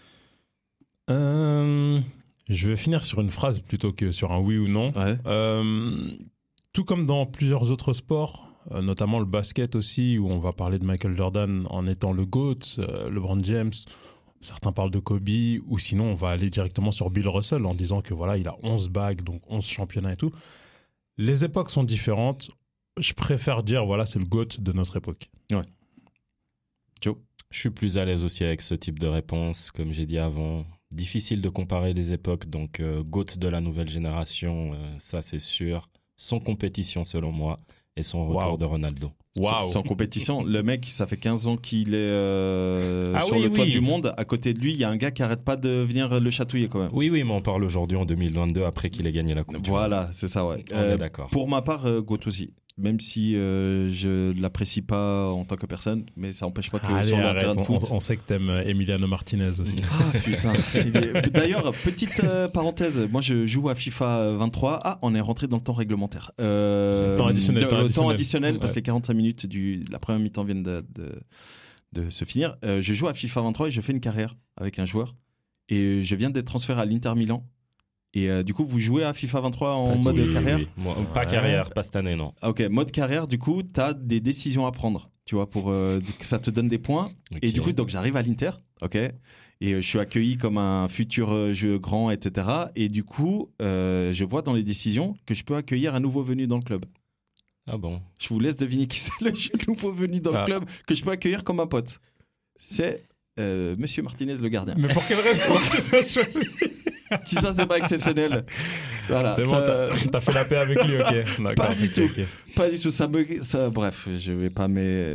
Je vais finir sur une phrase plutôt que sur un oui ou non. Ouais. Tout comme dans plusieurs autres sports, notamment le basket aussi, où on va parler de Michael Jordan en étant le GOAT, LeBron James, certains parlent de Kobe, ou sinon on va aller directement sur Bill Russell en disant que voilà, il a 11 bagues, donc 11 championnats et tout. Les époques sont différentes. Je préfère dire, voilà, c'est le GOAT de notre époque. Ouais. Joe? Je suis plus à l'aise aussi avec ce type de réponse, comme j'ai dit avant. Difficile de comparer les époques, donc GOAT de la nouvelle génération, ça c'est sûr. Sans compétition selon moi, et son retour de Ronaldo. Sans compétition, le mec, ça fait 15 ans qu'il est sur le toit du monde. À côté de lui, il y a un gars qui arrête pas de venir le chatouiller quand même. Oui, mais on parle aujourd'hui en 2022 après qu'il ait gagné la Coupe. Voilà, c'est ça, ouais. On est d'accord. Pour ma part, GOAT aussi. Même si je ne l'apprécie pas en tant que personne, mais ça n'empêche pas que sur le terrain de foot... On sait que t'aimes Emiliano Martinez aussi. Ah putain. D'ailleurs, petite parenthèse, moi je joue à FIFA 23. Ah, on est rentré dans le temps réglementaire. Temps additionnel. Le temps additionnel, parce que les 45 minutes de la première mi-temps viennent de se finir. Je joue à FIFA 23 et je fais une carrière avec un joueur. Et je viens d'être transféré à l'Inter Milan. Et du coup, vous jouez à FIFA 23 en mode carrière? Oui. Moi, pas carrière, pas cette année, non. Ok, mode carrière, du coup, tu as des décisions à prendre, tu vois, pour que ça te donne des points. Okay. Et du coup, donc j'arrive à l'Inter, ok, et je suis accueilli comme un futur jeu grand, etc. Et du coup, je vois dans les décisions que je peux accueillir un nouveau venu dans le club. Ah bon? Je vous laisse deviner qui c'est le nouveau venu dans le club que je peux accueillir comme un pote. C'est Monsieur Martinez, le gardien. Mais pour quelle raison tu l'as choisi? Si ça, c'est pas exceptionnel. Voilà, c'est bon, t'as fait la paix avec lui, ok. D'accord, pas du tout. Okay. Pas du tout. Bref, je vais pas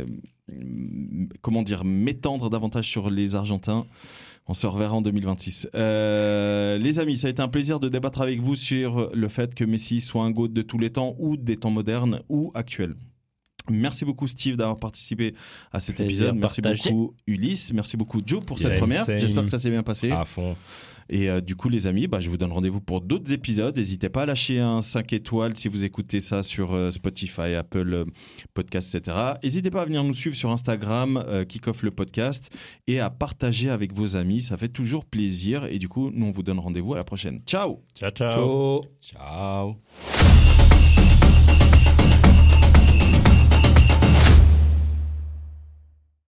m'étendre davantage sur les Argentins. On se reverra en 2026. Les amis, ça a été un plaisir de débattre avec vous sur le fait que Messi soit un GOAT de tous les temps ou des temps modernes ou actuels. Merci beaucoup Steve d'avoir participé à cet épisode. Merci beaucoup Ulysse. Merci beaucoup Joe pour cette première. J'espère que ça s'est bien passé. À fond. Et du coup les amis, je vous donne rendez-vous pour d'autres épisodes. N'hésitez pas à lâcher un 5 étoiles si vous écoutez ça sur Spotify, Apple Podcast, etc. N'hésitez pas à venir nous suivre sur Instagram, Kickoff le podcast, et à partager avec vos amis. Ça fait toujours plaisir. Et du coup, nous on vous donne rendez-vous à la prochaine. Ciao. Ciao. Ciao.